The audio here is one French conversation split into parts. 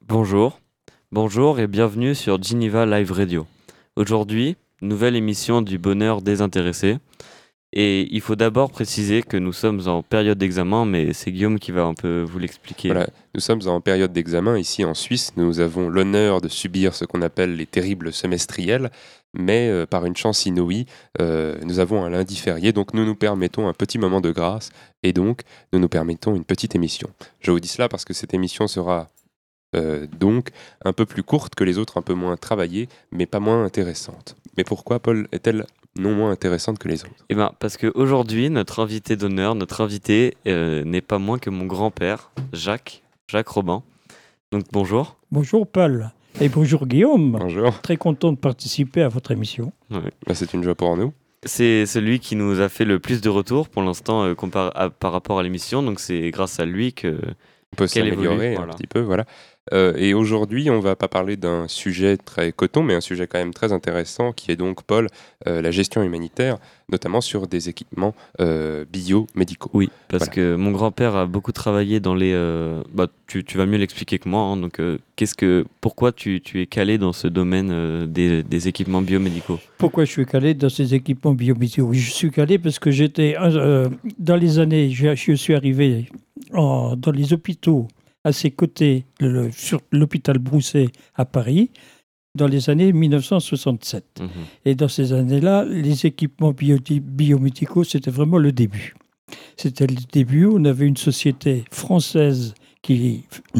Bonjour, bonjour et bienvenue sur Geneva Live Radio. Aujourd'hui, nouvelle émission du bonheur désintéressé. Et il faut d'abord préciser que nous sommes en période d'examen, mais c'est Guillaume qui va un peu vous l'expliquer. Voilà, nous sommes en période d'examen ici en Suisse. Nous avons l'honneur de subir ce qu'on appelle les terribles semestriels, mais par une chance inouïe, nous avons un lundi férié, donc nous nous permettons un petit moment de grâce et donc nous nous permettons une petite émission. Je vous dis cela parce que cette émission sera donc un peu plus courte que les autres, un peu moins travaillée, mais pas moins intéressante. Mais pourquoi Paul est-elle non moins intéressante que les autres? Eh ben, parce qu'aujourd'hui, notre invité d'honneur, notre invité n'est pas moins que mon grand-père, Jacques Robin. Donc bonjour. Bonjour Paul et bonjour Guillaume. Bonjour. Très content de participer à votre émission. Ouais. C'est une joie pour nous. C'est celui qui nous a fait le plus de retours pour l'instant par rapport à l'émission, donc c'est grâce à lui que... On peut qu'elle s'améliorer évolue, un petit peu, voilà. Et aujourd'hui, on va pas parler d'un sujet très coton, mais un sujet quand même très intéressant, qui est donc, Paul, la gestion humanitaire, notamment sur des équipements biomédicaux. Oui, parce Voilà. que mon grand-père a beaucoup travaillé dans les... tu vas mieux l'expliquer que moi, hein, donc pourquoi tu es calé dans ce domaine des équipements biomédicaux? Pourquoi je suis calé dans ces équipements biomédicaux? Je suis calé parce que j'étais dans les années, je suis arrivé dans les hôpitaux à ses côtés, sur l'hôpital Broussais à Paris, dans les années 1967. Mhm. Et dans ces années-là, les équipements biomédicaux, c'était vraiment le début. C'était le début. On avait une société française qui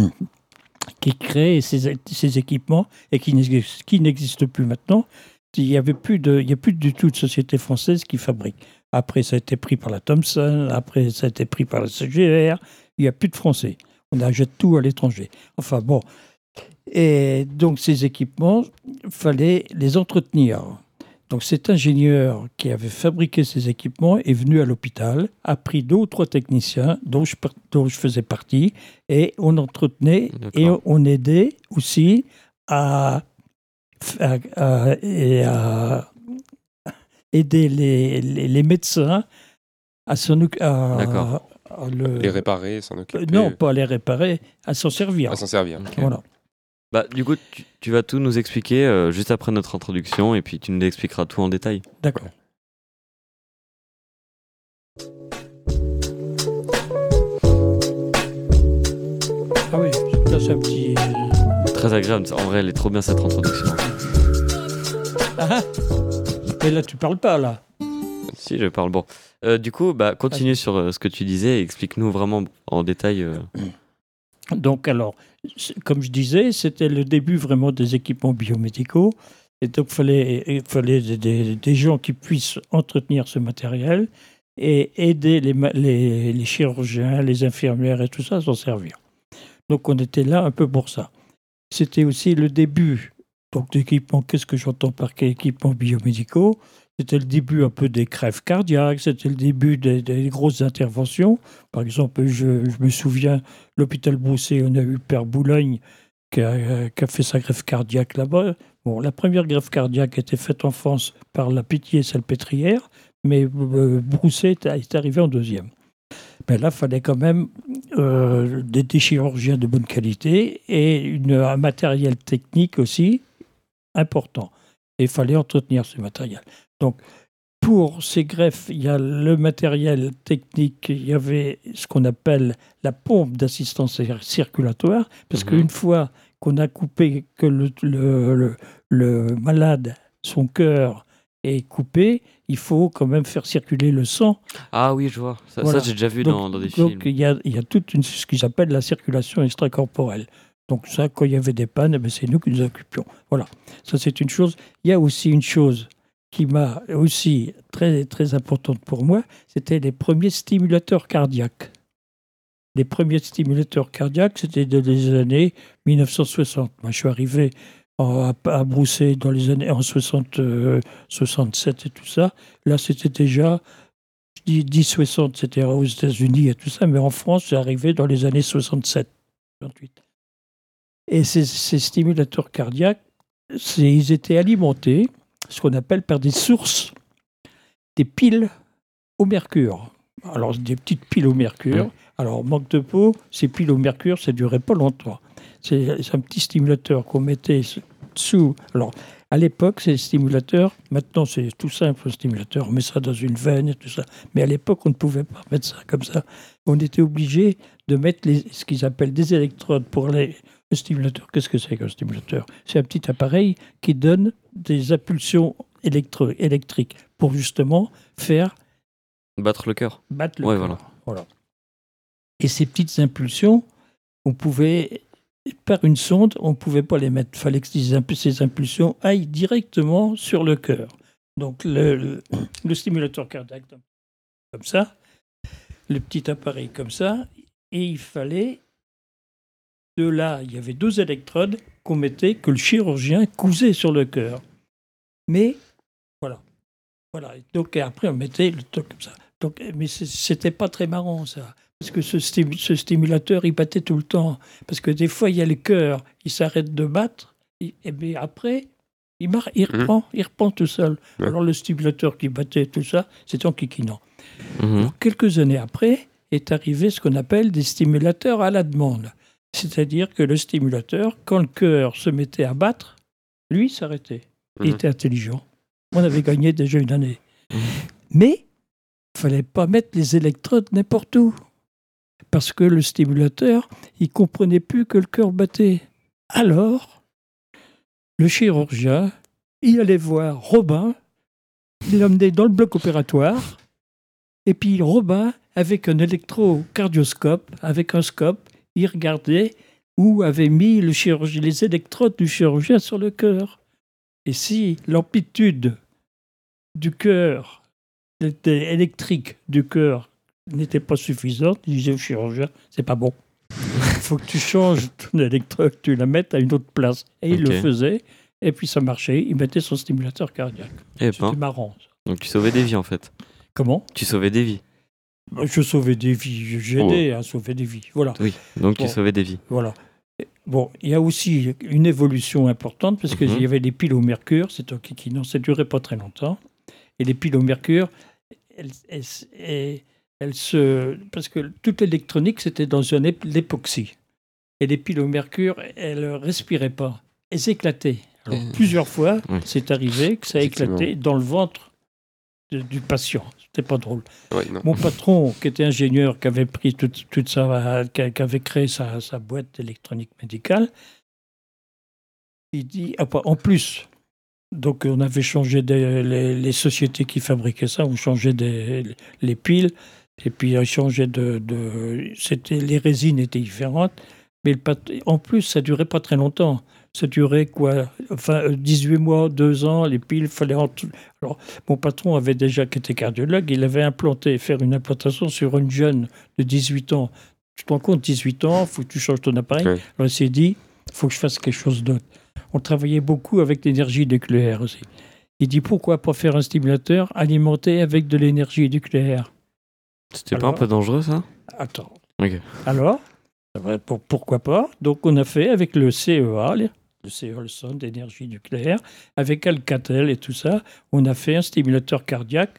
crée ces équipements et qui n'existe plus maintenant. Il n'y a plus du tout de société française qui fabrique. Après, ça a été pris par la Thomson, après, ça a été pris par la CGR. Il n'y a plus de Français. On achète tout à l'étranger. Enfin bon. Et donc, ces équipements, il fallait les entretenir. Donc, cet ingénieur qui avait fabriqué ces équipements est venu à l'hôpital, a pris 2 ou 3 techniciens dont je faisais partie, et on entretenait et D'accord. on aidait aussi à aider les médecins à s'en occuper. D'accord. Les réparer, s'en occuper. Non, pas à les réparer, à s'en servir. À s'en servir. Ok. Voilà. Bah, du coup, tu vas tout nous expliquer juste après notre introduction et puis tu nous expliqueras tout en détail. D'accord. Ah oui, là c'est un petit. Très agréable, en vrai, elle est trop bien cette introduction. Ah, mais là tu parles pas là. Si, je parle. Bon. Du coup, continue sur ce que tu disais et explique-nous vraiment en détail. Donc alors, comme je disais, c'était le début vraiment des équipements biomédicaux. Et donc il fallait des gens qui puissent entretenir ce matériel et aider les chirurgiens, les infirmières et tout ça à s'en servir. Donc on était là un peu pour ça. C'était aussi le début donc, d'équipements. Qu'est-ce que j'entends par équipements biomédicaux? C'était le début un peu des greffes cardiaques, c'était le début des grosses interventions. Par exemple, je me souviens, l'hôpital Broussais, on a eu Père Boulogne qui a fait sa greffe cardiaque là-bas. Bon, la première greffe cardiaque était faite en France par la Pitié-Salpêtrière, mais Broussais est arrivé en deuxième. Mais là, il fallait quand même des chirurgiens de bonne qualité et un matériel technique aussi important. Et il fallait entretenir ce matériel. Donc, pour ces greffes, il y a le matériel technique, il y avait ce qu'on appelle la pompe d'assistance circulatoire, parce qu'une fois qu'on a coupé, que le malade, son cœur est coupé, il faut quand même faire circuler le sang. Ah oui, je vois. Ça, Voilà. ça j'ai déjà vu Donc, dans des films. Donc, il y a toute ce qui s'appelle la circulation extracorporelle. Donc ça, quand il y avait des pannes, eh bien, c'est nous qui nous occupions. Voilà, ça c'est une chose. Il y a aussi une chose qui m'a aussi très, très importante pour moi, c'était les premiers stimulateurs cardiaques. Les premiers stimulateurs cardiaques, c'était dans les années 1960. Moi, je suis arrivé à Broussais dans les années en 67 et tout ça. Là, c'était déjà, je dis 60, c'était aux États-Unis et tout ça, mais en France, c'est arrivé dans les années 67, 68. Et ces stimulateurs cardiaques, ils étaient alimentés, ce qu'on appelle par des sources, des piles au mercure. Alors, des petites piles au mercure. Alors, manque de peau, ces piles au mercure, ça ne durait pas longtemps. C'est un petit stimulateur qu'on mettait sous. Alors, à l'époque, ces stimulateurs, maintenant c'est tout simple, un stimulateur, on met ça dans une veine et tout ça. Mais à l'époque, on ne pouvait pas mettre ça comme ça. On était obligé de mettre ce qu'ils appellent des électrodes pour le stimulateur. Qu'est-ce que c'est qu'un stimulateur ? C'est un petit appareil qui donne des impulsions électriques pour justement faire Battre le cœur. battre le Ouais, corps. Voilà. Et ces petites impulsions, on pouvait, par une sonde, on ne pouvait pas les mettre. Il fallait que ces impulsions aillent directement sur le cœur. Donc le stimulateur cardiaque, comme ça, le petit appareil comme ça, et il fallait, de là, il y avait 2 électrodes qu'on mettait, que le chirurgien cousait sur le cœur. Mais, voilà. Et donc après, on mettait le truc comme ça. Donc, mais c'était pas très marrant, ça. Parce que ce stimulateur, il battait tout le temps. Parce que des fois, il y a le cœur, il s'arrête de battre, et bien après, il reprend tout seul. Ouais. Alors le stimulateur qui battait tout ça, c'était en kikinant. Mhm. Alors, quelques années après, est arrivé ce qu'on appelle des stimulateurs à la demande. C'est-à-dire que le stimulateur, quand le cœur se mettait à battre, lui s'arrêtait. Il était intelligent. On avait gagné déjà une année. Mais il ne fallait pas mettre les électrodes n'importe où. Parce que le stimulateur, il ne comprenait plus que le cœur battait. Alors, le chirurgien, il allait voir Robin, il l'emmenait dans le bloc opératoire, et puis Robin, avec un électrocardioscope, avec un scope, il regardait où avait mis les électrodes du chirurgien sur le cœur. Et si l'amplitude du cœur, électrique du cœur, n'était pas suffisante, il disait au chirurgien, c'est pas bon. Il faut que tu changes ton électrode, tu la mettes à une autre place. Et il le faisait, et puis ça marchait, il mettait son stimulateur cardiaque. C'était marrant. Ça. Donc tu sauvais des vies en fait. Comment ? Tu sauvais des vies. Je sauvais des vies, j'aidais à sauver des vies. Voilà. Oui, donc tu sauvais des vies. Voilà. Bon, il y a aussi une évolution importante, parce qu'il y avait les piles au mercure, ça ne durait pas très longtemps. Et les piles au mercure, parce que toute l'électronique, c'était dans l'époxy. Et les piles au mercure, elles ne respiraient pas. Elles éclataient. Alors, plusieurs fois, c'est arrivé que ça éclatait dans le ventre du patient. C'était pas drôle. Ouais, non. Mon patron, qui était ingénieur, qui avait pris toute ça, qui avait créé sa boîte d'électronique médicale, il dit, en plus, donc on avait changé les sociétés qui fabriquaient ça, on changeait les piles, et puis on changeait les résines étaient différentes, mais en plus, ça durait pas très longtemps. Ça durait quoi, 18 mois, 2 ans, les piles, fallait... Alors, mon patron avait déjà, qui était cardiologue, il avait fait une implantation sur une jeune de 18 ans. Tu te rends compte, 18 ans, il faut que tu changes ton appareil. Alors il s'est dit, il faut que je fasse quelque chose d'autre. On travaillait beaucoup avec l'énergie nucléaire aussi. Il dit, pourquoi pas faire un stimulateur alimenté avec de l'énergie nucléaire ? C'était pas un peu dangereux ça ? Attends. Ok. Alors, pourquoi pas ? Donc on a fait avec le CEA, le CEA, le Centre d'énergie nucléaire, avec Alcatel et tout ça, on a fait un stimulateur cardiaque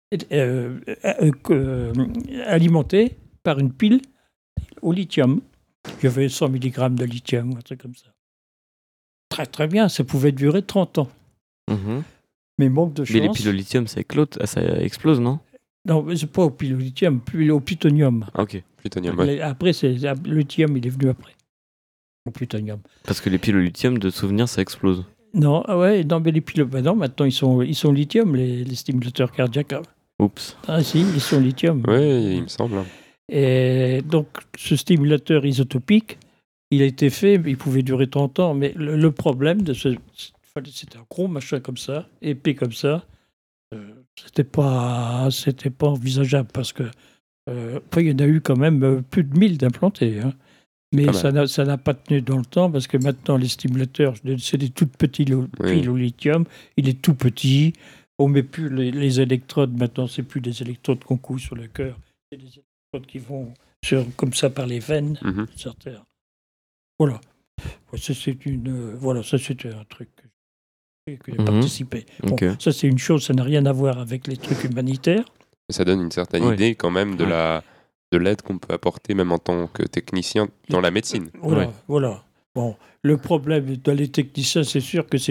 alimenté par une pile au lithium. Il y avait 100 mg de lithium, un truc comme ça. Très très bien, ça pouvait durer 30 ans. Mais manque de chance. Mais les piles au lithium, ça explose, non ? Non, mais c'est pas au pile au lithium, puis au plutonium. Ah, ok. Plutonium, ouais. Après, le lithium, il est venu après. Au plutonium. Parce que les piles au lithium, de souvenir, ça explose. Non, mais les piles... non, maintenant, ils sont lithium, les stimulateurs cardiaques. Oups. Ah si, ils sont lithium. Oui, il me semble. Et donc, ce isotopique, il a été fait, il pouvait durer 30 ans, mais le problème, c'était un gros machin comme ça, épais comme ça, c'était pas envisageable, parce que il y en a eu quand même plus de 1000 d'implantés. Hein. Mais ça n'a pas tenu dans le temps, parce que maintenant, les stimulateurs, c'est des toutes petites piles au lithium. Il est tout petit. On ne met plus les électrodes. Maintenant, ce n'est plus des électrodes qu'on coud sur le cœur. C'est des électrodes qui vont comme ça par les veines. Voilà. Ça, c'était un truc que j'ai participé. Bon, ça, c'est une chose, ça n'a rien à voir avec les trucs humanitaires. Ça donne une certaine idée quand même de de l'aide qu'on peut apporter même en tant que technicien dans la médecine. Voilà. Bon, le problème dans les techniciens, c'est sûr que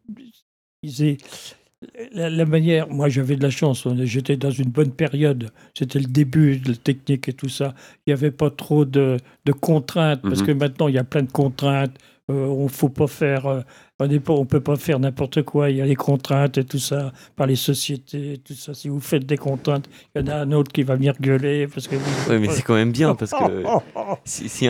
la manière. Moi, j'avais de la chance. J'étais dans une bonne période. C'était le début de la technique et tout ça. Il n'y avait pas trop de contraintes parce que maintenant, il y a plein de contraintes. On faut pas faire. On peut pas faire n'importe quoi. Il y a les contraintes et tout ça par les sociétés, tout ça. Si vous faites des contraintes, il y en a un autre qui va venir gueuler parce que. Oui, mais c'est quand même bien parce que si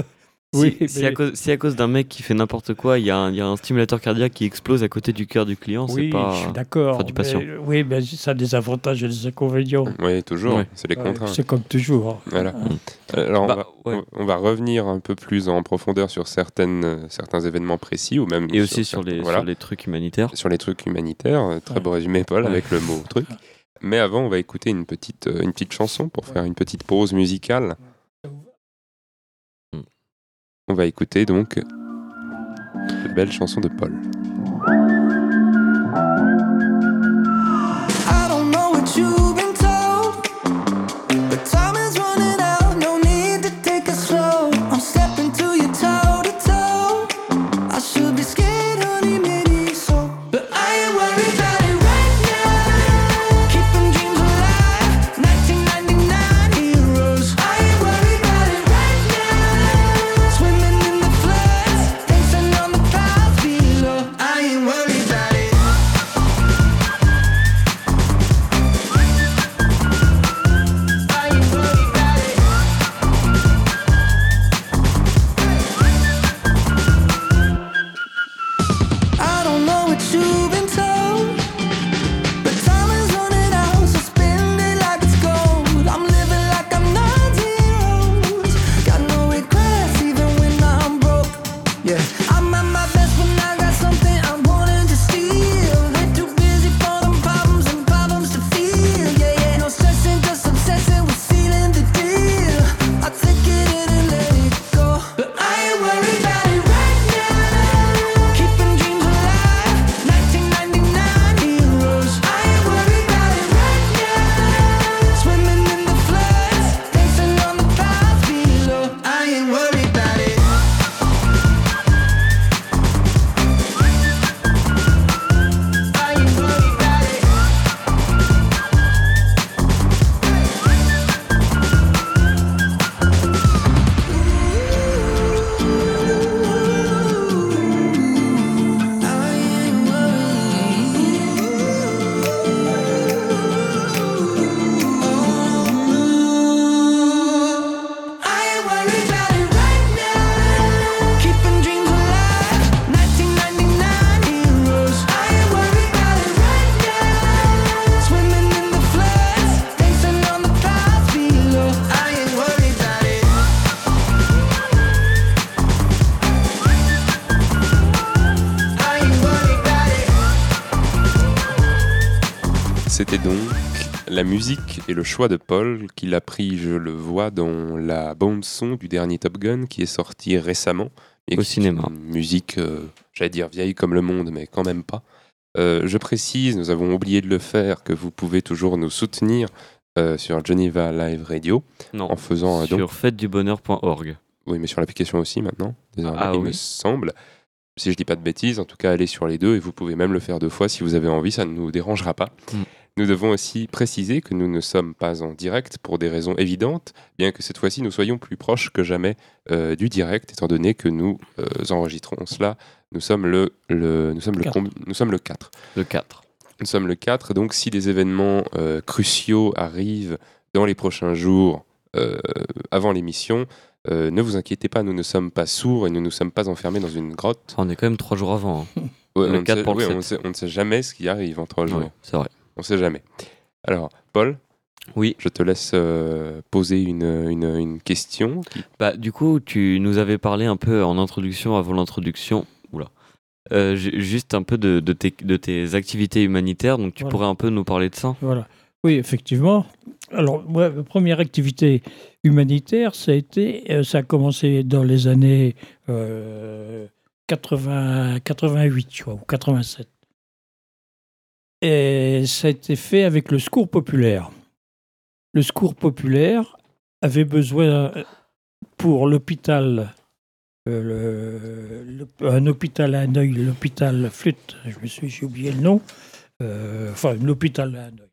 à cause d'un mec qui fait n'importe quoi, il y a un stimulateur cardiaque qui explose à côté du cœur du client, c'est pas. Je suis d'accord. Enfin, du patient. Mais ça a des avantages et des inconvénients. Oui, toujours. C'est les contraintes. C'est comme toujours. Voilà. Alors, on va revenir un peu plus en profondeur sur certains événements précis ou même et aussi sur les trucs humanitaires. Sur les trucs humanitaires. Très beau résumé, Paul, avec le mot truc. Mais avant, on va écouter une petite chanson pour faire une petite pause musicale. On va écouter donc de belles chansons de Paul. I don't know what you've been told, but time is running out, no need to take it slow. I'm stepping to you toe to toe. I should be scared, honey, maybe so, but I ain't worried about it right now. Keeping dreams alive, 1999 heroes. I ain't worried about it right now. Swimming in the floods, dancing on the clouds below. I ain't worried about it. I ain't worried about it. I don't know what you've been told, but time is running out, so spend it like it's gold. I'm living like I'm not zeros. Got no regrets even when I'm broke. Yeah, I'm at my best when I got something I'm wanting to steal. They're too busy for them problems and problems to feel. Yeah, no stressing, just obsessing with sealing the deal. I take it in and let it go, but I ain't worried about it right now. Keeping dreams alive, 1999 heroes. I ain't worried about it right now. Swimming in the floods, dancing on the clouds below. I ain't worried about it. I ain't worried about it. I ain't worried about it right now. Keeping dreams alive, 1999 heroes. I ain't worried about it right now. Swimming in the floods, dancing on the clouds below. I ain't worried about it. I ain't worried about it. C'était donc la musique et le choix de Paul qu'il a pris, je le vois, dans la bande-son du dernier Top Gun qui est sorti récemment. Et Au c'est cinéma. Une musique, j'allais dire vieille comme le monde, mais quand même pas. Je précise, nous avons oublié de le faire, que vous pouvez toujours nous soutenir sur Geneva Live Radio Non. en faisant un don. Sur fêtedubonheur.org. Oui, mais sur l'application aussi maintenant, désormais, Ah il oui. me semble. Si je dis pas de bêtises, en tout cas, allez sur les deux et vous pouvez même le faire 2 fois si vous avez envie, ça ne nous dérangera pas. Nous devons aussi préciser que nous ne sommes pas en direct pour des raisons évidentes, bien que cette fois-ci nous soyons plus proches que jamais du direct, étant donné que nous enregistrons cela. Nous sommes le 4. Nous sommes le 4. Le 4. Nous sommes le 4, donc si des événements cruciaux arrivent dans les prochains jours avant l'émission, ne vous inquiétez pas, nous ne sommes pas sourds et nous ne sommes pas enfermés dans une grotte. On est quand même 3 jours avant. Hein. Ouais, Le on, 4 ne sait, pour le oui, 7. on ne sait jamais ce qui arrive en 3 jours. Oui, c'est vrai. On ne sait jamais. Alors, Paul, Oui. je te laisse poser une question. Bah, du coup, tu nous avais parlé un peu en introduction, avant l'introduction. Oula. Juste un peu de tes activités humanitaires. Donc, tu Voilà. pourrais un peu nous parler de ça. Voilà. Oui, effectivement. Alors, moi, ma première activité humanitaire, ça a commencé dans les années 88, je crois, ou 87. Et ça a été fait avec le Secours populaire. Le Secours populaire avait besoin pour l'hôpital, un hôpital à Hanoï, l'hôpital Flûte, j'ai oublié le nom, l'hôpital à Hanoï.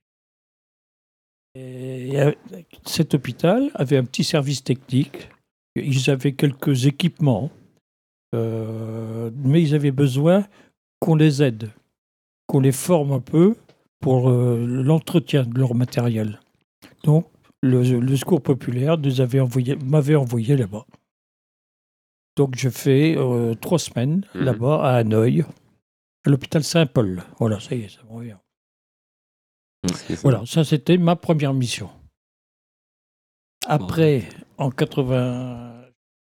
Et cet hôpital avait un petit service technique, ils avaient quelques équipements, mais ils avaient besoin qu'on les aide, qu'on les forme un peu pour l'entretien de leur matériel. Donc, le Secours populaire m'avait envoyé là-bas. Donc, je fais 3 semaines là-bas, à Hanoï, à l'hôpital Saint-Paul. Voilà, ça y est, ça me revient. Voilà, ça, c'était ma première mission. Après, en 80...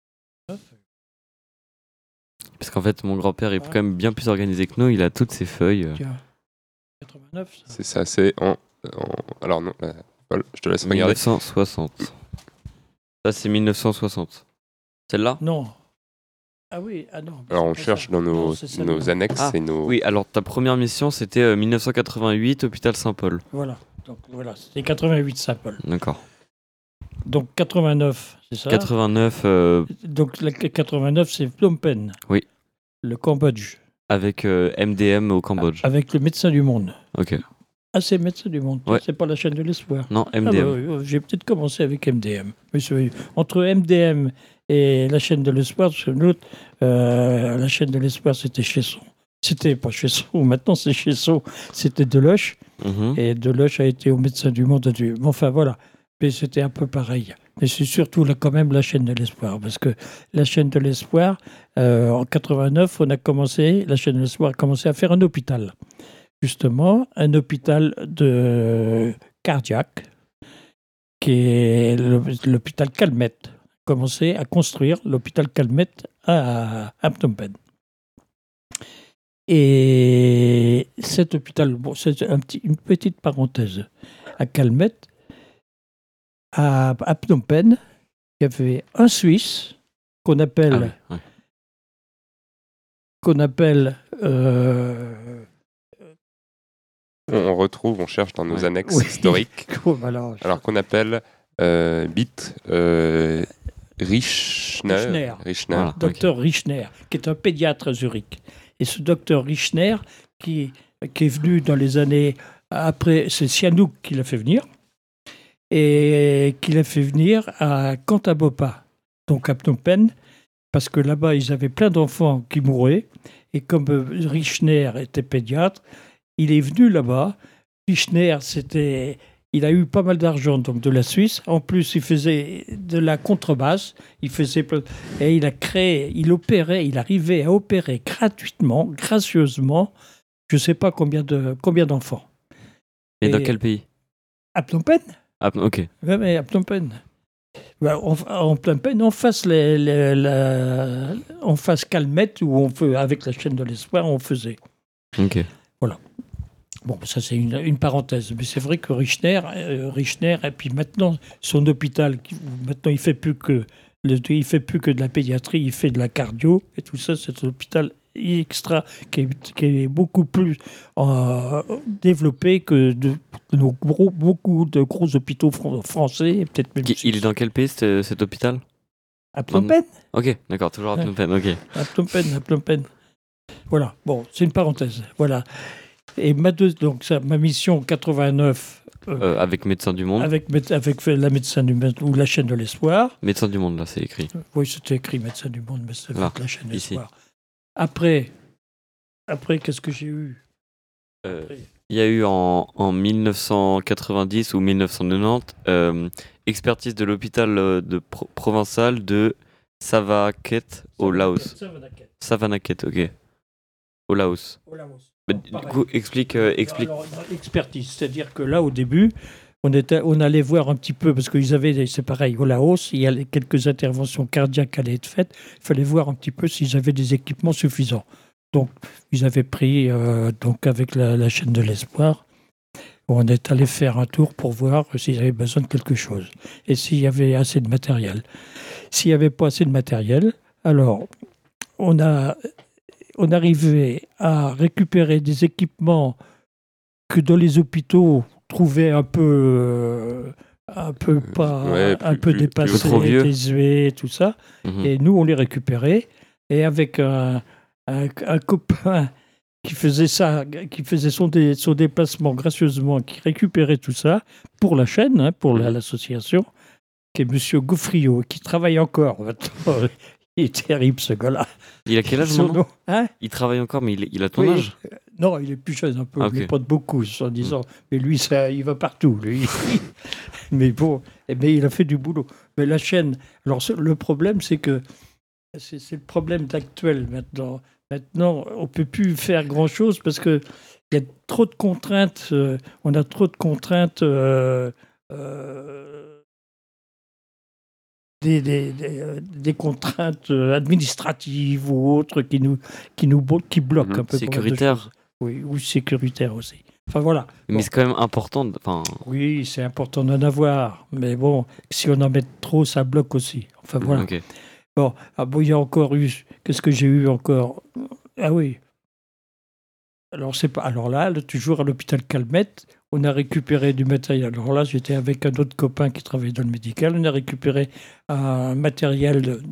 Parce qu'en fait, mon grand-père est quand même bien plus organisé que nous. Il a toutes ses feuilles. 89, ça. C'est ça, c'est alors non, Paul, je te laisse regarder. 1960. Ça, c'est 1960. Celle-là ? Non. Ah oui, non. Alors on cherche dans nos annexes et nos... Oui, alors ta première mission, c'était 1988, hôpital Saint-Paul. Voilà, donc voilà, c'était 88 Saint-Paul. D'accord. Donc 89, c'est ça ? 89... Donc 89, c'est Phnom Penh. Oui. Le Cambodge. Avec MDM au Cambodge. Avec le Médecin du Monde. Ok. Ah, c'est Médecin du Monde, ouais. C'est pas la chaîne de l'espoir. Non, MDM. Ah bah, j'ai peut-être commencé avec MDM. Mais entre MDM et la chaîne de l'espoir, la chaîne de l'espoir, c'était Chesson. C'était pas Chesson, maintenant c'est Chesson. C'était Deloche. Et Deloche a été au Médecin du Monde. Enfin voilà. Mais c'était un peu pareil. Mais c'est surtout là, quand même la chaîne de l'espoir. Parce que la chaîne de l'espoir, en 89, la chaîne de l'espoir a commencé à faire un hôpital. Justement, un hôpital cardiaque, qui est l'hôpital Calmette. Commencé à construire l'hôpital Calmette à Phnom Penh. Et cet hôpital, c'est une petite parenthèse, à Calmette, à Phnom Penh, il y avait un Suisse qu'on appelle on retrouve, on cherche dans nos annexes historiques, alors qu'on appelle Bit Richner. Voilà, docteur Richner, qui est un pédiatre à Zurich. Et ce docteur Richner, qui est venu dans les années après, c'est Sihanouk qui l'a fait venir, et qui l'a fait venir à Kantabopa, donc à Phnom Penh, parce que là-bas, ils avaient plein d'enfants qui mouraient, et comme Richner était pédiatre, il est venu là-bas. Richner, il a eu pas mal d'argent donc de la Suisse. En plus, il faisait de la contrebasse. Et il arrivait à opérer gratuitement, gracieusement, je ne sais pas combien d'enfants. Et dans quel pays ? À Phnom Penh. Ah, ok. Ouais, mais à Phnom Penh. En Phnom Penh, en face Calmette, où avec la chaîne de l'espoir, on faisait. Ok. Voilà. Bon, ça c'est une parenthèse, mais c'est vrai que Richner, et puis maintenant son hôpital, maintenant il fait plus que de la pédiatrie, il fait de la cardio et tout ça. C'est un hôpital extra qui est beaucoup plus développé que beaucoup de gros hôpitaux français, et peut-être même. Il est dans quel pays cet hôpital ? À Phnom Penh. Ok, d'accord, toujours à Phnom Penh. Ok. À Phnom Penh. Voilà. Bon, c'est une parenthèse. Voilà. Et ma mission 89... avec Médecin du Monde. Avec la Médecin du Monde ou la chaîne de l'espoir. Médecin du Monde, là, c'est écrit. Oui, c'était écrit Médecin du Monde, mais c'est avec la chaîne de ici. l'espoir. Après, qu'est-ce que j'ai eu Il y a eu en 1990 ou 1990 expertise de l'hôpital provincial de Savanaket au Laos. Savanaket, ok. Au Laos. Du coup, explique. Alors, expertise, c'est-à-dire que là, au début, on allait voir un petit peu, parce qu'ils avaient, c'est pareil, au Laos, il y a quelques interventions cardiaques qui allaient être faites, il fallait voir un petit peu s'ils avaient des équipements suffisants. Donc, ils avaient pris, donc avec la chaîne de l'espoir, on est allé faire un tour pour voir s'ils avaient besoin de quelque chose, et s'il y avait assez de matériel. S'il n'y avait pas assez de matériel, alors, on arrivait à récupérer des équipements que dans les hôpitaux trouvaient un peu un peu ouais, un peu plus dépassés, trop vieux. désuets, tout ça. Mhm. Et nous, on les récupérait. Et avec un copain qui faisait ça, qui faisait son déplacement gracieusement, qui récupérait tout ça pour la chaîne, hein, pour l'association, qui est Monsieur Gouffriot, qui travaille encore maintenant. Il est terrible, ce gars-là. Il a quel âge Son maintenant? nom, hein? Il travaille encore, mais il a ton Oui. âge? Non, il est plus jeune un peu, Ah, ok. mais pas de beaucoup, 70 ans. Mais lui, ça, il va partout, lui. Mais bon, mais il a fait du boulot. Mais la chaîne, alors le problème, c'est que c'est le problème actuel maintenant. Maintenant, on ne peut plus faire grand-chose parce qu'il y a trop de contraintes. On a trop de contraintes des contraintes administratives ou autres qui bloquent un peu. Sécuritaire. Oui, ou sécuritaire aussi. Enfin voilà. Mais Bon. c'est quand même important. Enfin, Oui, c'est important d'en avoir. Mais bon, si on en met trop, ça bloque aussi. Enfin voilà. ok. Bon, il y a encore eu. Qu'est-ce que j'ai eu encore? Ah oui. Alors là, toujours à l'hôpital Calmette, on a récupéré du matériel. Alors là, j'étais avec un autre copain qui travaillait dans le médical. On a récupéré un matériel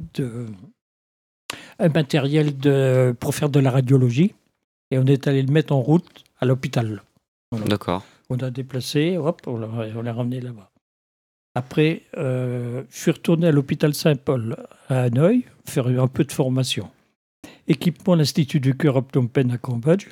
pour faire de la radiologie. Et on est allé le mettre en route à l'hôpital. Voilà. D'accord. On a déplacé, hop, on l'a ramené là-bas. Après, je suis retourné à l'hôpital Saint-Paul à Hanoï, faire un peu de formation. Équipement de l'Institut du cœur à Phnom Penh à Cambodge.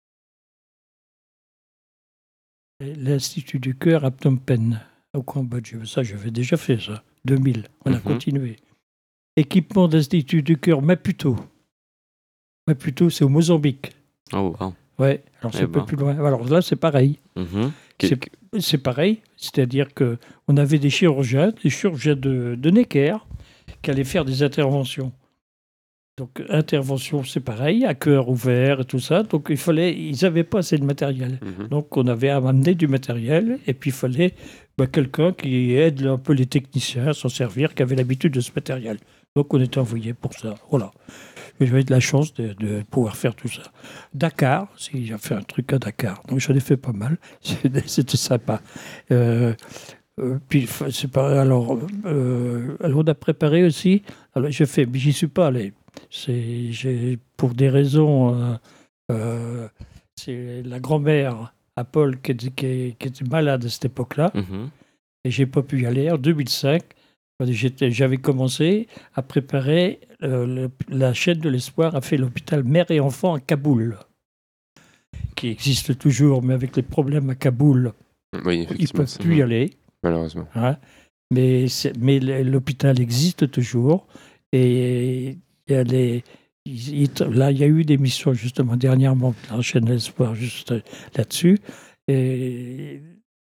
Et l'Institut du cœur à Phnom Penh au Cambodge. Ça, j'avais déjà fait ça. 2000. On a continué. Équipement de l'Institut du cœur Maputo. Maputo, c'est au Mozambique. Oh, wow. Ouais, alors c'est Eh un peu ben. plus loin. Alors là, c'est pareil. Mhm. C'est pareil, c'est-à-dire qu'on avait des chirurgiens de Necker, qui allaient faire des interventions. Donc, intervention, c'est pareil, à cœur ouvert et tout ça. Donc, ils n'avaient pas assez de matériel. Donc, on avait amené du matériel et puis il fallait quelqu'un qui aide un peu les techniciens à s'en servir, qui avait l'habitude de ce matériel. Donc, on était envoyé pour ça. Voilà. Et j'avais de la chance de pouvoir faire tout ça. Dakar, j'ai fait un truc à Dakar. Donc, j'en ai fait pas mal. C'était sympa. Puis, c'est pas. Alors, on a préparé aussi. Alors, j'y suis pas allé. Pour des raisons. C'est la grand-mère à Paul qui était malade à cette époque-là. Mhm. Et j'ai pas pu y aller. En 2005, j'avais commencé à préparer la chaîne de l'espoir, a fait l'hôpital mère et enfant à Kaboul, qui existe toujours, mais avec les problèmes à Kaboul, Oui, ils ne effectivement. peuvent plus y aller. Malheureusement. Hein. Mais l'hôpital existe toujours. Et il y a là, il y a eu des missions, justement, dernièrement, dans la chaîne de l'espoir, juste là-dessus. Et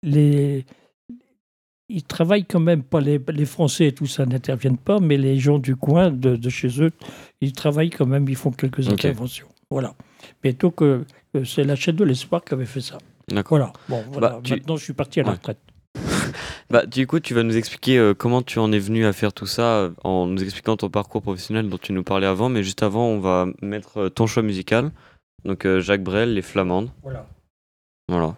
ils travaillent quand même pas, les Français et tout ça n'interviennent pas, mais les gens du coin, de chez eux, ils travaillent quand même, ils font quelques interventions. Voilà. Mais donc, c'est la chaîne de l'espoir qui avait fait ça. D'accord. Voilà. Bon, voilà. Maintenant, je suis parti à la retraite. Du coup, tu vas nous expliquer comment tu en es venu à faire tout ça en nous expliquant ton parcours professionnel dont tu nous parlais avant. Mais juste avant, on va mettre ton choix musical. Donc, Jacques Brel, Les Flamandes. Voilà. Voilà.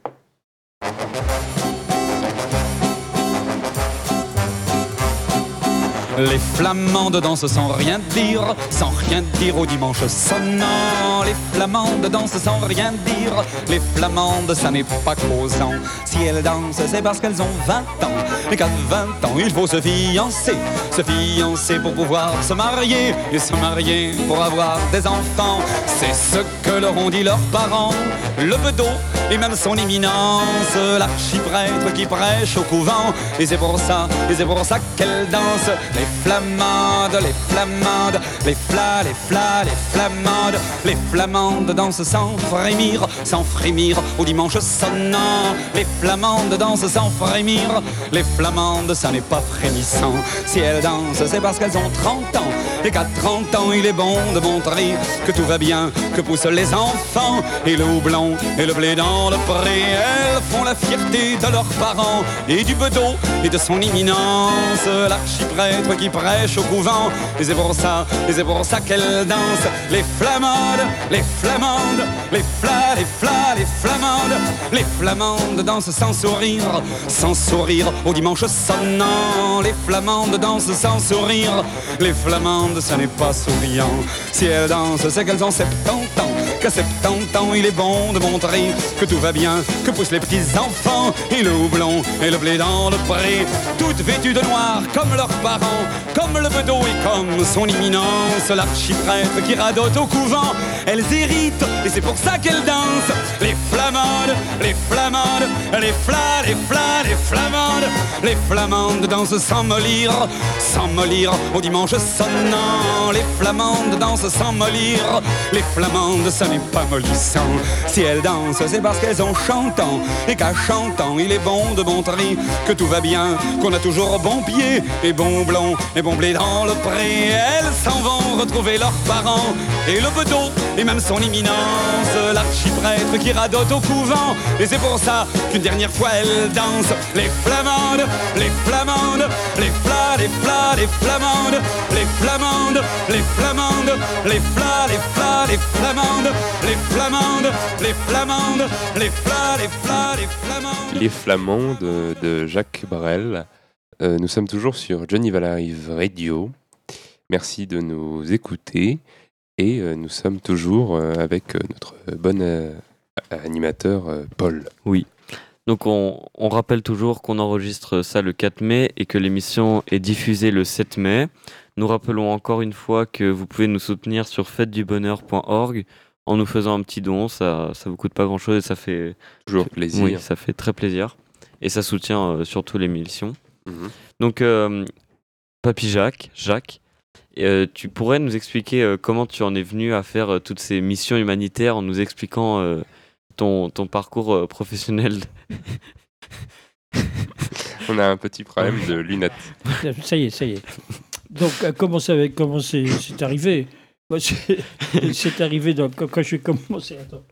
Les flamandes dansent sans rien dire au dimanche sonnant. Les flamandes dansent sans rien dire. Les flamandes, ça n'est pas causant. Si elles dansent, c'est parce qu'elles ont 20 ans. Et qu'à 20 ans, il faut se fiancer pour pouvoir se marier. Et se marier pour avoir des enfants. C'est ce que leur ont dit leurs parents. Le bedeau et même son éminence, l'archiprêtre qui prêche au couvent. Et c'est pour ça qu'elles dansent. Les flamandes, les flamandes, les flamandes. Les flamandes dansent sans frémir au dimanche sonnant. Les flamandes dansent sans frémir. Les flamandes, ça n'est pas frémissant. Si elles dansent, c'est parce qu'elles ont 30 ans. Et qu'à 30 ans, il est bon de montrer que tout va bien, que poussent les enfants. Et le houblon et le blé dans le pré. Elles font la fierté de leurs parents et du bedeau et de son éminence. L'archiprêtre prêtre qui prêche au couvent. Et c'est pour ça qu'elle danse. Les flamandes, les flamandes, les flamandes. Les flamandes dansent sans sourire au dimanche sonnant. Les flamandes dansent sans sourire. Les flamandes, ce n'est pas souriant. Si elles dansent, c'est qu'elles ont 70 ans. Qu'à 70 ans, il est bon de montrer que tout va bien, que poussent les petits enfants. Et le houblon et le blé dans le pré, toutes vêtues de noir comme leurs parents, comme le bedeau et comme son imminence, l'archiprêtre qui radote au couvent. Elles héritent et c'est pour ça qu'elles dansent. Les flamandes, les flamandes, les flamandes. Les flamandes dansent sans mollir au dimanche sonnant. Les flamandes dansent sans mollir. Les flamandes, ça n'est pas mollissant. Si elles dansent, c'est parce qu'elles ont chantant. Et qu'à chantant, il est bon de montrer que tout va bien, qu'on a toujours bon pied et bon blond et bon blé dans le pré. Elles s'en vont retrouver leurs parents et le bedeau et même son imminence, l'archiprêtre qui radote au couvent. Et c'est pour ça qu'une dernière fois elles dansent. Les flamandes, les flamandes, les flamandes, les flamandes, les flamandes, les flamandes, les flamandes, les flamandes, les flamandes, les flamandes. Les Flamandes de Jacques Brel. Nous sommes toujours sur Geneva Live Radio. Merci de nous écouter. Et nous sommes toujours avec notre bon animateur Paul. Oui. Donc on rappelle toujours qu'on enregistre ça le 4 mai et que l'émission est diffusée le 7 mai. Nous rappelons encore une fois que vous pouvez nous soutenir sur fêtedubonheur.org en nous faisant un petit don. Ça vous coûte pas grand-chose et ça fait Toujours plaisir. Oui, ça fait très plaisir. Et ça soutient surtout l'émission. Mhm. Donc, Papy Jacques, tu pourrais nous expliquer comment tu en es venu à faire toutes ces missions humanitaires en nous expliquant ton parcours professionnel. On a un petit problème de lunettes. Ça y est. Donc, comment c'est arrivé? Moi, c'est arrivé quand j'ai commencé. Attends.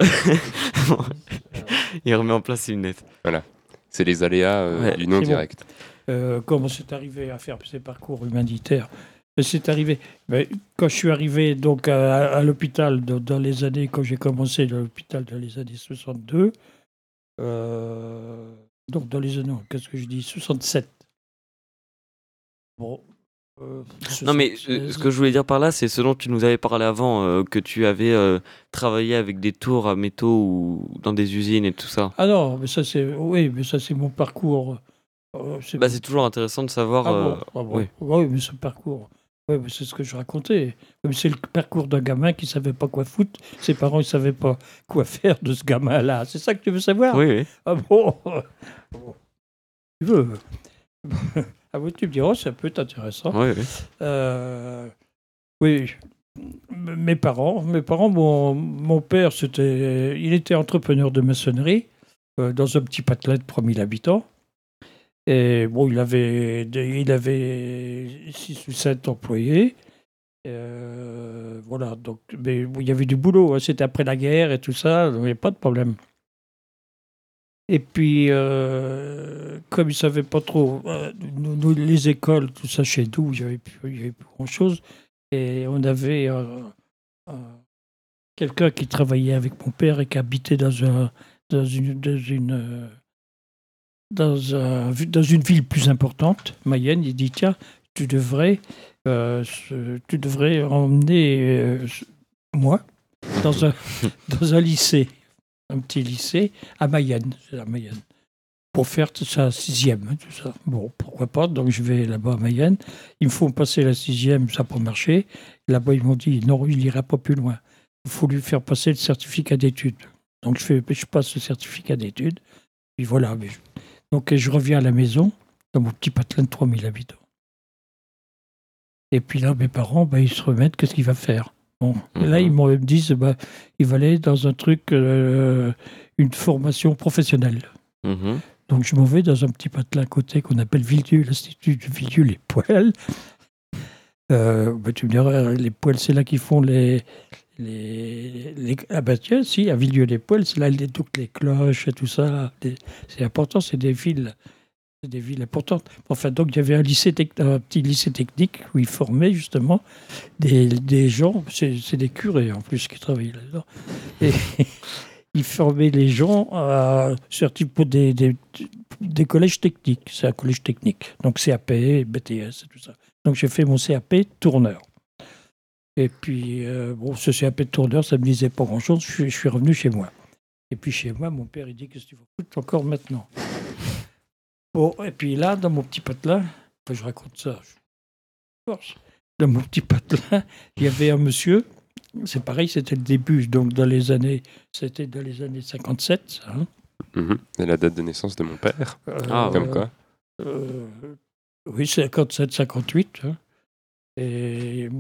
Il remet en place ses lunettes. C'est les aléas du non c'est direct. Comment c'est arrivé à faire ces parcours humanitaires? C'est arrivé. Quand je suis arrivé donc à l'hôpital dans les années, quand j'ai commencé à l'hôpital dans les années 62, donc dans les années, qu'est-ce que je dis, 67. Bon. Non mais ce que je voulais dire par là, c'est ce dont tu nous avais parlé avant, que tu avais travaillé avec des tours à métaux ou dans des usines et tout ça. Ah non, mais ça c'est mon parcours. C'est toujours intéressant de savoir. Oui. Oui, mais ce parcours, mais c'est ce que je racontais. Mais c'est le parcours d'un gamin qui savait pas quoi foutre. Ses parents ne savaient pas quoi faire de ce gamin-là. C'est ça que tu veux savoir? Oui. Ah bon. Tu veux? Ah oui, tu me diras, ça peut être intéressant. Oui. Oui, mes parents, mon père, il était entrepreneur de maçonnerie dans un petit patelin de 3000 habitants. Et bon, il avait 6 ou 7 employés. Voilà, donc, mais il y avait du boulot, hein, c'était après la guerre et tout ça, donc il n'y avait pas de problème. Et puis, comme ils ne savaient pas trop, nous, les écoles, tout ça chez nous, il n'y avait plus grand-chose. Et on avait quelqu'un qui travaillait avec mon père et qui habitait dans une ville plus importante, Mayenne. Il dit, tiens, tu devrais emmener moi dans un lycée. Un petit lycée à Mayenne, pour faire sa 6e, tout ça. Bon, pourquoi pas, donc je vais là-bas à Mayenne. Il me faut passer la 6e, ça n'a pas marché. Là-bas, ils m'ont dit, non, il n'ira pas plus loin. Il faut lui faire passer le certificat d'études. Donc je passe le certificat d'études, puis voilà. Donc je reviens à la maison, dans mon petit patelin de 3000 habitants. Et puis là, mes parents, ils se remettent, qu'est-ce qu'il va faire? Bon, et là, ils me disent il va aller dans un truc, une formation professionnelle. Donc, je m'en vais dans un petit patelin à côté qu'on appelle Villedieu, l'Institut de Villedieu-les-Poêles. Tu me diras, les poêles, c'est là qu'ils font les... Ah ben tiens, si, à Villedieu-les-Poêles, c'est là toutes les cloches et tout ça. C'est important, c'est des fils C'est des villes importantes. Enfin, donc, il y avait un petit lycée technique où ils formaient justement des gens, c'est des curés en plus qui travaillaient là-dedans. Et ils formaient les gens pour des collèges techniques. C'est un collège technique. Donc, CAP, BTS et tout ça. Donc, j'ai fait mon CAP tourneur. Et puis, ce CAP de tourneur, ça ne me disait pas grand-chose. Je suis revenu chez moi. Et puis, chez moi, mon père, il dit: qu'est-ce que tu vas foutre encore maintenant? Bon, et puis là, dans mon petit patelin, je raconte ça, dans mon petit patelin, il y avait un monsieur, c'est pareil, c'était le début, donc c'était dans les années 57, ça, hein. C'est la date de naissance de mon père. Comme quoi. Oui, 57, 58. Hein. Et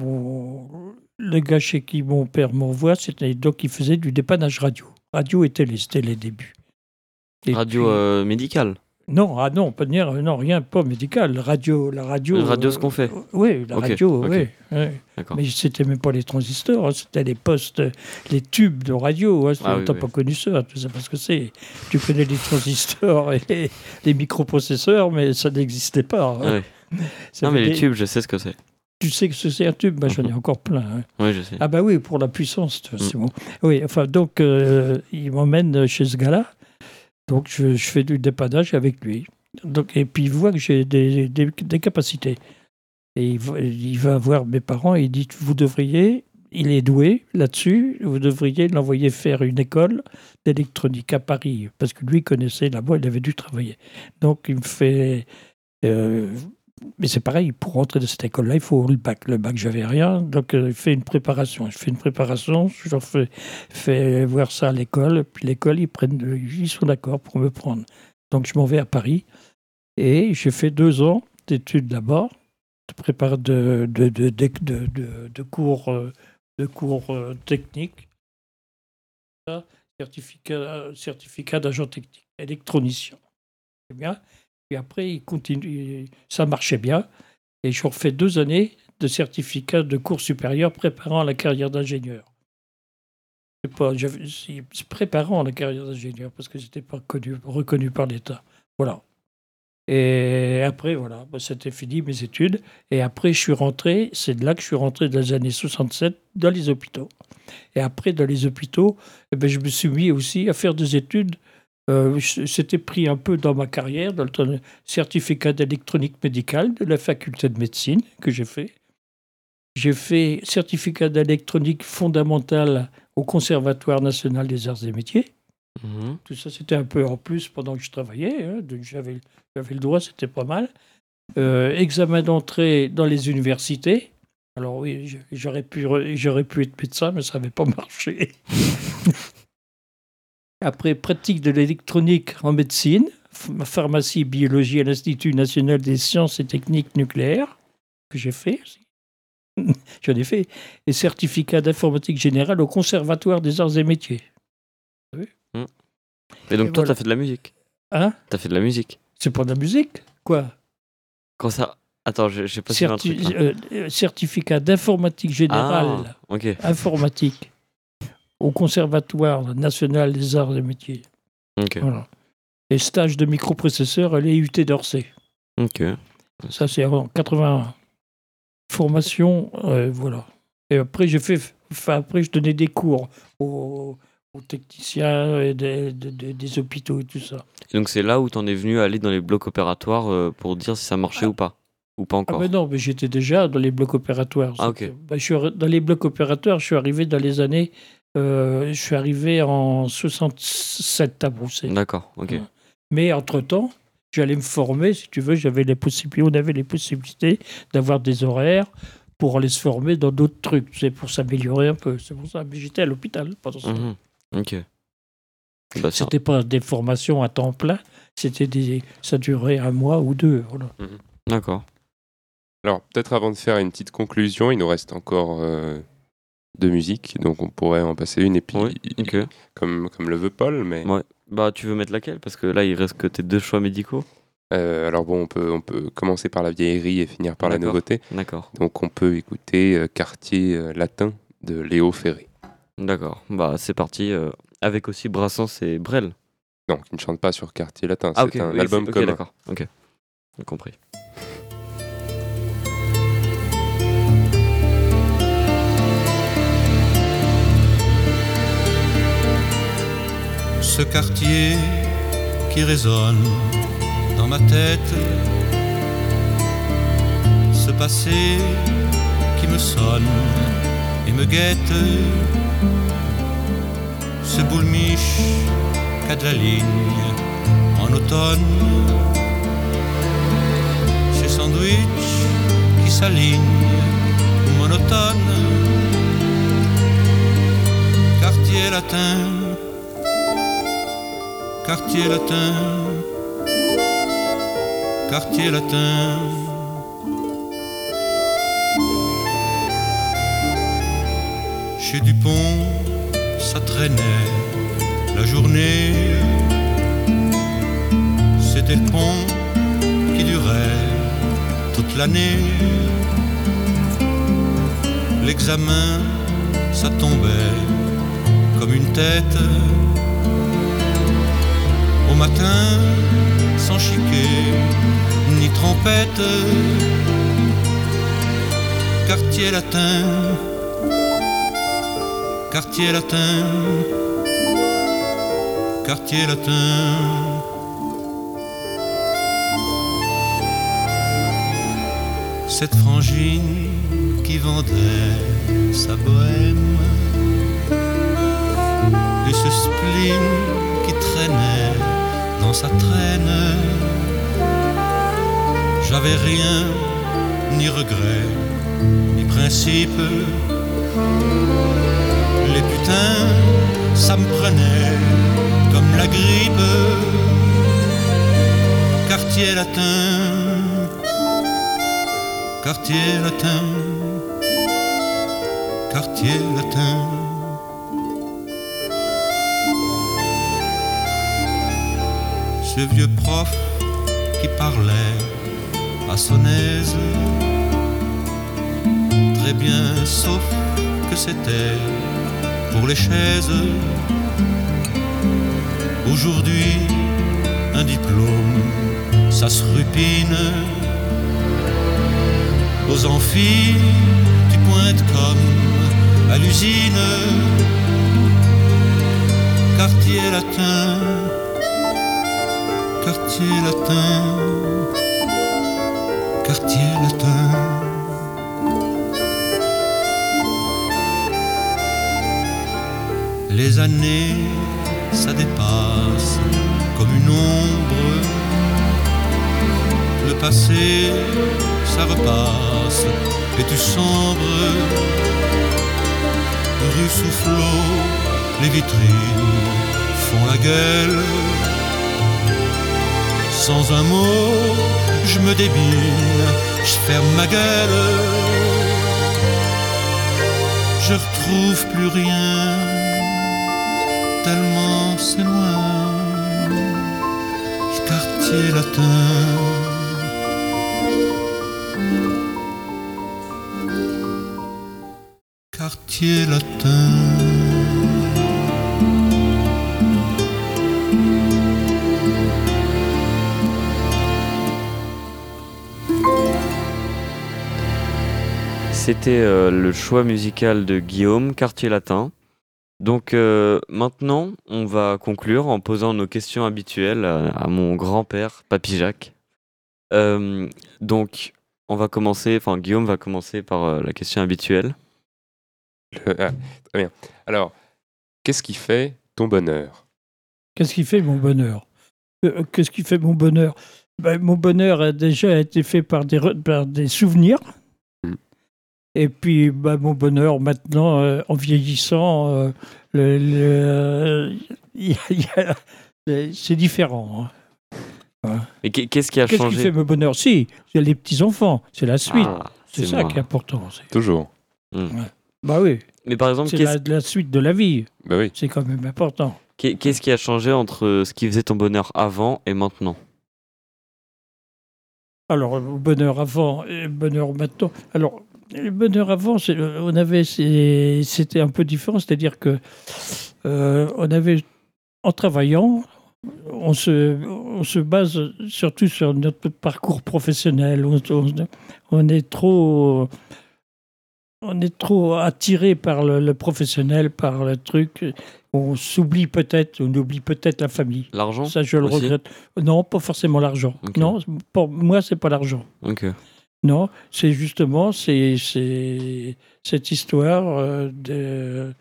le gars chez qui mon père m'envoie, donc il faisait du dépannage radio. Radio et télé, c'était les débuts. Et Radio médicale. Non, pas de dire, non, rien, pas médical. La radio. La radio, ce qu'on fait. Oui, la radio, ok. oui. D'accord. Mais c'était même pas les transistors, hein, c'était les postes, les tubes de radio. Hein, t'as pas connu ça, tu sais pas ce que c'est. Tu connais les transistors et les microprocesseurs, mais ça n'existait pas. Hein. Non, mais les tubes, je sais ce que c'est. Tu sais que c'est un tube, j'en ai encore plein. Hein. Oui, je sais. Ah bah oui, pour la puissance, c'est bon. Oui, enfin, donc, il m'emmène chez ce gars-là. Donc, je fais du dépannage avec lui. Donc, et puis, il voit que j'ai des capacités. Et il va voir mes parents et il dit: il est doué là-dessus, vous devriez l'envoyer faire une école d'électronique à Paris. Parce que lui, il connaissait là-bas, il avait dû travailler. Donc, il me fait... mais c'est pareil, pour rentrer dans cette école-là, il faut le bac. Le bac, j'avais rien, donc il fait une préparation. Je fais une préparation, je leur fais voir ça à l'école, puis l'école, ils sont d'accord pour me prendre. Donc je m'en vais à Paris, et j'ai fait 2 ans d'études là-bas, de cours techniques, certificat d'agent technique, électronicien. C'est bien. Et après, il continue, ça marchait bien. Et je refais 2 années de certificat de cours supérieur préparant la carrière d'ingénieur. C'est préparant la carrière d'ingénieur parce que je n'étais pas reconnu par l'État. Voilà. Et après, voilà, c'était fini mes études. Et après, c'est de là que je suis rentré dans les années 67 dans les hôpitaux. Et après, dans les hôpitaux, je me suis mis aussi à faire des études. C'était pris un peu dans ma carrière, dans le certificat d'électronique médicale de la faculté de médecine que j'ai fait. J'ai fait certificat d'électronique fondamentale au Conservatoire national des arts et métiers. Tout ça, c'était un peu en plus pendant que je travaillais. Hein, donc j'avais le droit, c'était pas mal. Examen d'entrée dans les universités. Alors oui, j'aurais pu être médecin, mais ça n'avait pas marché. Après, pratique de l'électronique en médecine, pharmacie, biologie à l'Institut national des sciences et techniques nucléaires, que j'ai fait aussi. J'en ai fait. Et certificat d'informatique générale au Conservatoire des arts et métiers. Vous savez ? Et donc, toi, voilà. t'as fait de la musique? Hein ? T'as fait de la musique? C'est pas de la musique ? Quoi ? Quand ça... Attends, je sais pas si j'ai un truc. Certificat d'informatique générale. Ok. Informatique. Au Conservatoire national des arts et métiers. Ok. Voilà. Et stage de microprocesseur à l'EUT d'Orsay. Ok. Ça, c'est en 81. Formation, voilà. Et après, je donnais des cours aux techniciens et des hôpitaux et tout ça. Et donc, c'est là où t'en es venu à aller dans les blocs opératoires pour dire si ça marchait ou pas? Ou pas encore? Ah, mais non, mais j'étais déjà dans les blocs opératoires. Ah, ok. Dans les blocs opératoires, je suis arrivé dans les années... je suis arrivé en 67 à Brousset. D'accord, ok. Mais entre-temps, j'allais me former, si tu veux, on avait les possibilités d'avoir des horaires pour aller se former dans d'autres trucs, c'est pour s'améliorer un peu. C'est pour ça que j'étais à l'hôpital pendant ça. Ok. Bah, c'était pas des formations à temps plein, ça durait 1 mois ou 2. Voilà. D'accord. Alors, peut-être avant de faire une petite conclusion, il nous reste encore de musique, donc on pourrait en passer une et puis comme le veut Paul, mais ouais. Bah tu veux mettre laquelle, parce que là il reste que tes 2 choix médicaux. Alors bon, on peut commencer par la vieillerie et finir par la nouveauté. D'accord. Donc on peut écouter Quartier latin de Léo Ferré. D'accord. Bah c'est parti. Avec aussi Brassens et Brel. Non, qui ne chante pas sur Quartier latin. Ah, c'est ok. un album commun. D'accord. Ok. compris. Ce quartier qui résonne dans ma tête, ce passé qui me sonne et me guette, ce boulmiche qu'a de la ligne en automne, ces sandwichs qui s'alignent monotone, quartier latin, quartier latin, quartier latin. Chez Dupont, ça traînait la journée. C'était le pont qui durait toute l'année. L'examen, ça tombait comme une tête. Au matin, sans chiquet ni trompette. Quartier latin, quartier latin, quartier latin. Cette frangine qui vendait sa bohème et ce spleen qui traînait dans sa traîne. J'avais rien, ni regret, ni principe. Les putains, ça me prenait comme la grippe. Quartier latin, quartier latin, quartier latin. Ce vieux prof qui parlait à son aise, très bien sauf que c'était pour les chaises. Aujourd'hui, un diplôme, ça se rupine. Aux amphis, tu pointes comme à l'usine. Quartier latin, quartier latin, quartier latin. Les années, ça dépasse comme une ombre. Le passé, ça repasse et tu sombres. Rue Soufflot, les vitrines font la gueule. Sans un mot, je me débine, je ferme ma gueule. Je retrouve plus rien, tellement c'est loin. Le quartier latin. Quartier latin. C'était le choix musical de Guillaume, Quartier Latin. Donc maintenant, on va conclure en posant nos questions habituelles à mon grand-père, Papy Jacques. Donc, on va commencer, enfin Guillaume va commencer par la question habituelle. Très bien. Alors, qu'est-ce qui fait ton bonheur? Qu'est-ce qui fait mon bonheur? Qu'est-ce qui fait mon bonheur? Mon bonheur a déjà été fait par des souvenirs. Et puis, mon bonheur, maintenant, en vieillissant, c'est différent. Hein. Et qu'est-ce qui a Qu'est-ce changé? qui fait mon bonheur? Si, c'est les petits-enfants, c'est la suite. Ah, c'est ça moi. qui est important. Toujours. Bah oui, Mais par exemple, c'est la suite de la vie. Bah oui. C'est quand même important. qu'est-ce qui a changé entre ce qui faisait ton bonheur avant et maintenant? Alors, le bonheur avant et le bonheur maintenant. Alors, le bonheur avant, c'était un peu différent. C'est-à-dire que on avait, en travaillant, on se base surtout sur notre parcours professionnel. On est trop attiré par le professionnel, par le truc. On oublie peut-être la famille. L'argent Ça, je le aussi regrette. Non, pas forcément l'argent. Ok. Non, pour moi, c'est pas l'argent. Ok. Non, c'est justement c'est cette histoire de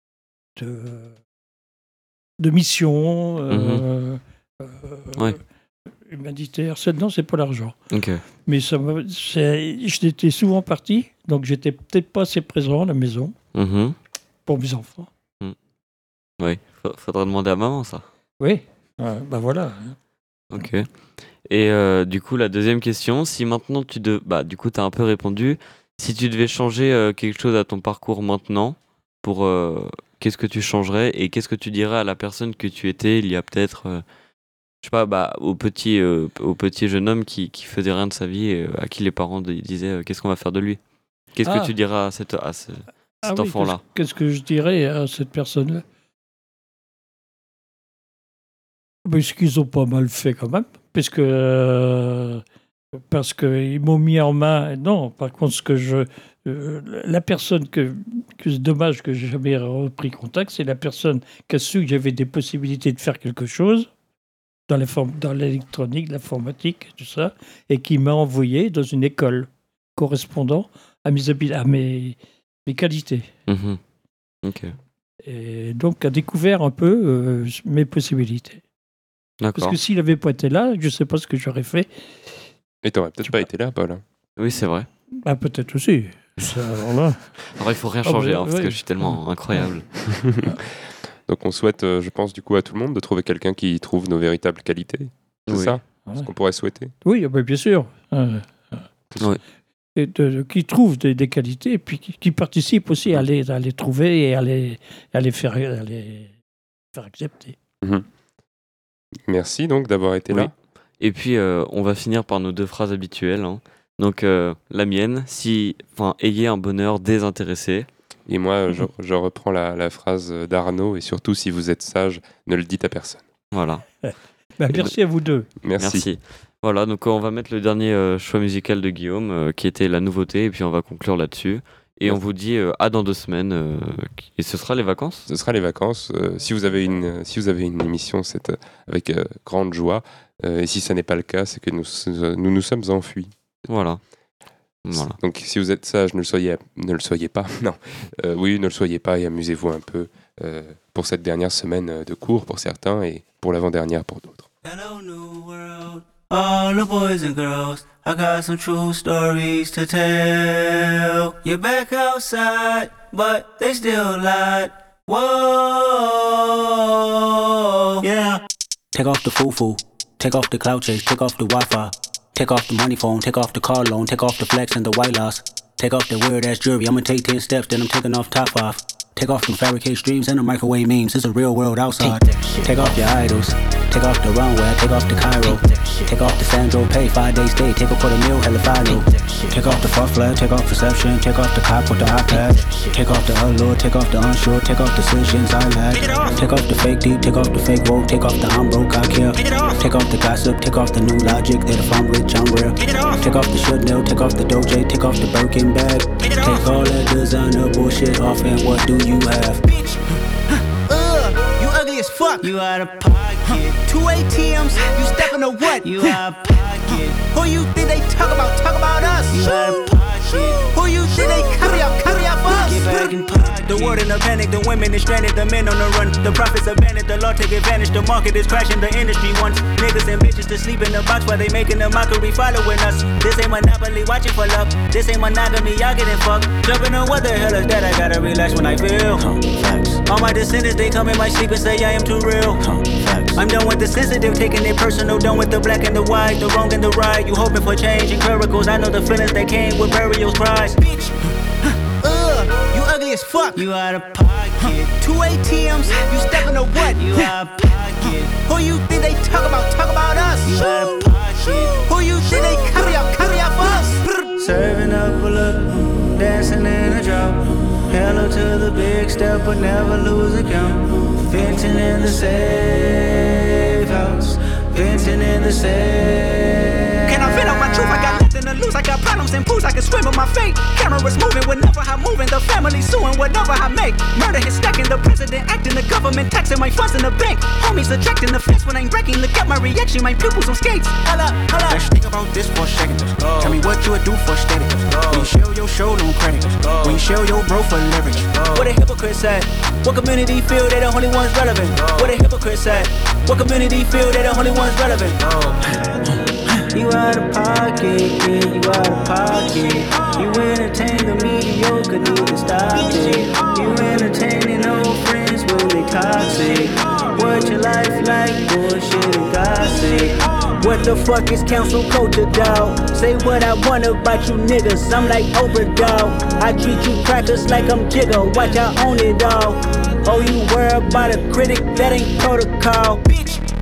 mission Ouais. humanitaire. Non, c'est pas l'argent. Ok. Mais j'étais souvent parti, donc j'étais peut-être pas assez présent à la maison Mhm. pour mes enfants. Oui. Faudra demander à maman, ça. Oui, ben voilà. Ok. Et du coup, la deuxième question, si maintenant du coup, tu as un peu répondu. Si tu devais changer quelque chose à ton parcours maintenant, qu'est-ce que tu changerais et qu'est-ce que tu dirais à la personne que tu étais il y a peut-être, je sais pas, au petit jeune homme qui faisait rien de sa vie et à qui les parents disaient qu'est-ce qu'on va faire de lui? Qu'est-ce que tu dirais à cet Oui, enfant-là? Qu'est-ce que je dirais à cette personne-là? Parce qu'ils ont pas mal fait quand même, parce qu'ils m'ont mis en main. Non, par contre, la personne c'est dommage que j'ai jamais repris contact, c'est la personne qui a su que j'avais des possibilités de faire quelque chose dans l'électronique, l'informatique, tout ça, et qui m'a envoyé dans une école correspondant à mes qualités. Mhm. Ok. Et donc a découvert un peu mes possibilités. Parce D'accord. que s'il n'avait pas été là, je ne sais pas ce que j'aurais fait. Et t'aurais peut-être pas été là, Paul. Hein. Oui, c'est vrai. Ah, peut-être aussi. Alors là, Alors, il faut rien Ah, changer bah, parce ouais. que je suis tellement incroyable. Donc on souhaite, je pense, du coup à tout le monde de trouver quelqu'un qui trouve nos véritables qualités. C'est Oui. ça ce qu'on pourrait souhaiter. oui, bien sûr. Ouais. Et qui trouve des qualités et puis qui participe aussi à les trouver et à les faire accepter. Merci donc d'avoir été Oui. là. Et puis, on va finir par nos deux phrases habituelles, hein. Donc, la mienne, ayez un bonheur désintéressé. Et moi, je reprends la phrase d'Arnaud, et surtout, si vous êtes sage, ne le dites à personne. Voilà. Merci à vous deux. Merci. Voilà, donc on va mettre le dernier choix musical de Guillaume, qui était la nouveauté, et puis on va conclure là-dessus. Et on vous dit à dans 2 semaines, et ce sera les vacances. Ce sera les vacances. Si vous avez une émission, c'est avec grande joie. Et si ça n'est pas le cas, c'est que nous sommes enfuis. Voilà. Donc si vous êtes sage, ne le soyez pas. Non. Oui, ne le soyez pas et amusez-vous un peu pour cette dernière semaine de cours pour certains et pour l'avant-dernière pour d'autres. Hello, new world, all the boys and girls. I got some true stories to tell. You're back outside, but they still lied. Whoa, yeah. Take off the foo-foo, take off the cloud chase, take off the Wi-Fi, take off the money phone, take off the car loan, take off the flex and the white loss. Take off the weird-ass jewelry, I'ma take 10 steps, then I'm taking off top 5. Take off them fabricate streams and the microwave memes. It's a real world outside. Take off your idols. Take off the runway. Take off the Cairo. Take off the Sandro Pay. 5 days stay. Take a quarter meal. Hella final. Take off the fuck flag. Take off perception. Take off the cop with the iPad. Take off the allure. Take off the unsure. Take off decisions I lack. Take off the fake deep. Take off the fake woke. Take off the I'm broke. I care. Take off the gossip. Take off the new logic that if I'm rich I'm real. Take off the Chanel. Take off the Doja. Take off the Birkin bag. Take all that designer bullshit off and what do you have? You ugly as fuck. You out of pocket. 2 ATMs. You stepping to what? You out of pocket. Who you think they talk about? Talk about us. You out of pocket. Who you think they carry out for us? Get back in pocket. The world in a panic. The women is stranded. The men on the run. The profits abandoned. The law take advantage. The market is crashing. The industry wants niggas and bitches to sleep in the box while they making a mockery following us. This ain't Monopoly. Watching for love. This ain't monogamy. Y'all getting fucked. Jumping on what the hell is that? I gotta relax when I feel. All my descendants, they come in my sleep and say I am too real. I'm done with the sensitive, taking it personal. Done with the black and the white, the wrong and the right. You hoping for change and miracles. I know the feelings that came with burials, cries. Bitch, you ugly as fuck. You out of pocket. 2 ATMs, you stepping to what? You out of pocket. Who you think they talk about? Talk about us. You out of pocket. Who you think they carry out for us? Serving up a look, dancing in a drop. Hello to the big step, but never lose a count. Venting in the safe house. venting in the sand. Can I vent out my truth? I got nothing to lose. I got problems and booze. I can swim with my fate. Cameras moving whenever I'm moving. The family suing whatever I make. Murder is stacking. The president acting. The government taxing my funds in the bank. Homies attracting the fence when I'm breaking. Look at my reaction. My pupils on skates. Hold up, hold up. Let's think about this for a second. Tell me what you would do for steady. When you show your show, no credit. When you show your bro for leverage. What a hypocrite said. What community feel they the only ones relevant? What a hypocrite said. What community feel they the only ones relevant? You out of pocket, yeah, you out of pocket. You entertain the mediocre, need to stop it. You entertaining old friends when they toxic. What your life like, bullshit and gossip. What the fuck is council culture, dawg? Say what I want about you niggas, I'm like Oprah, dawg. I treat you crackers like I'm Jigga, watch I own it all. Oh, you worry about a critic, that ain't protocol. Bitch,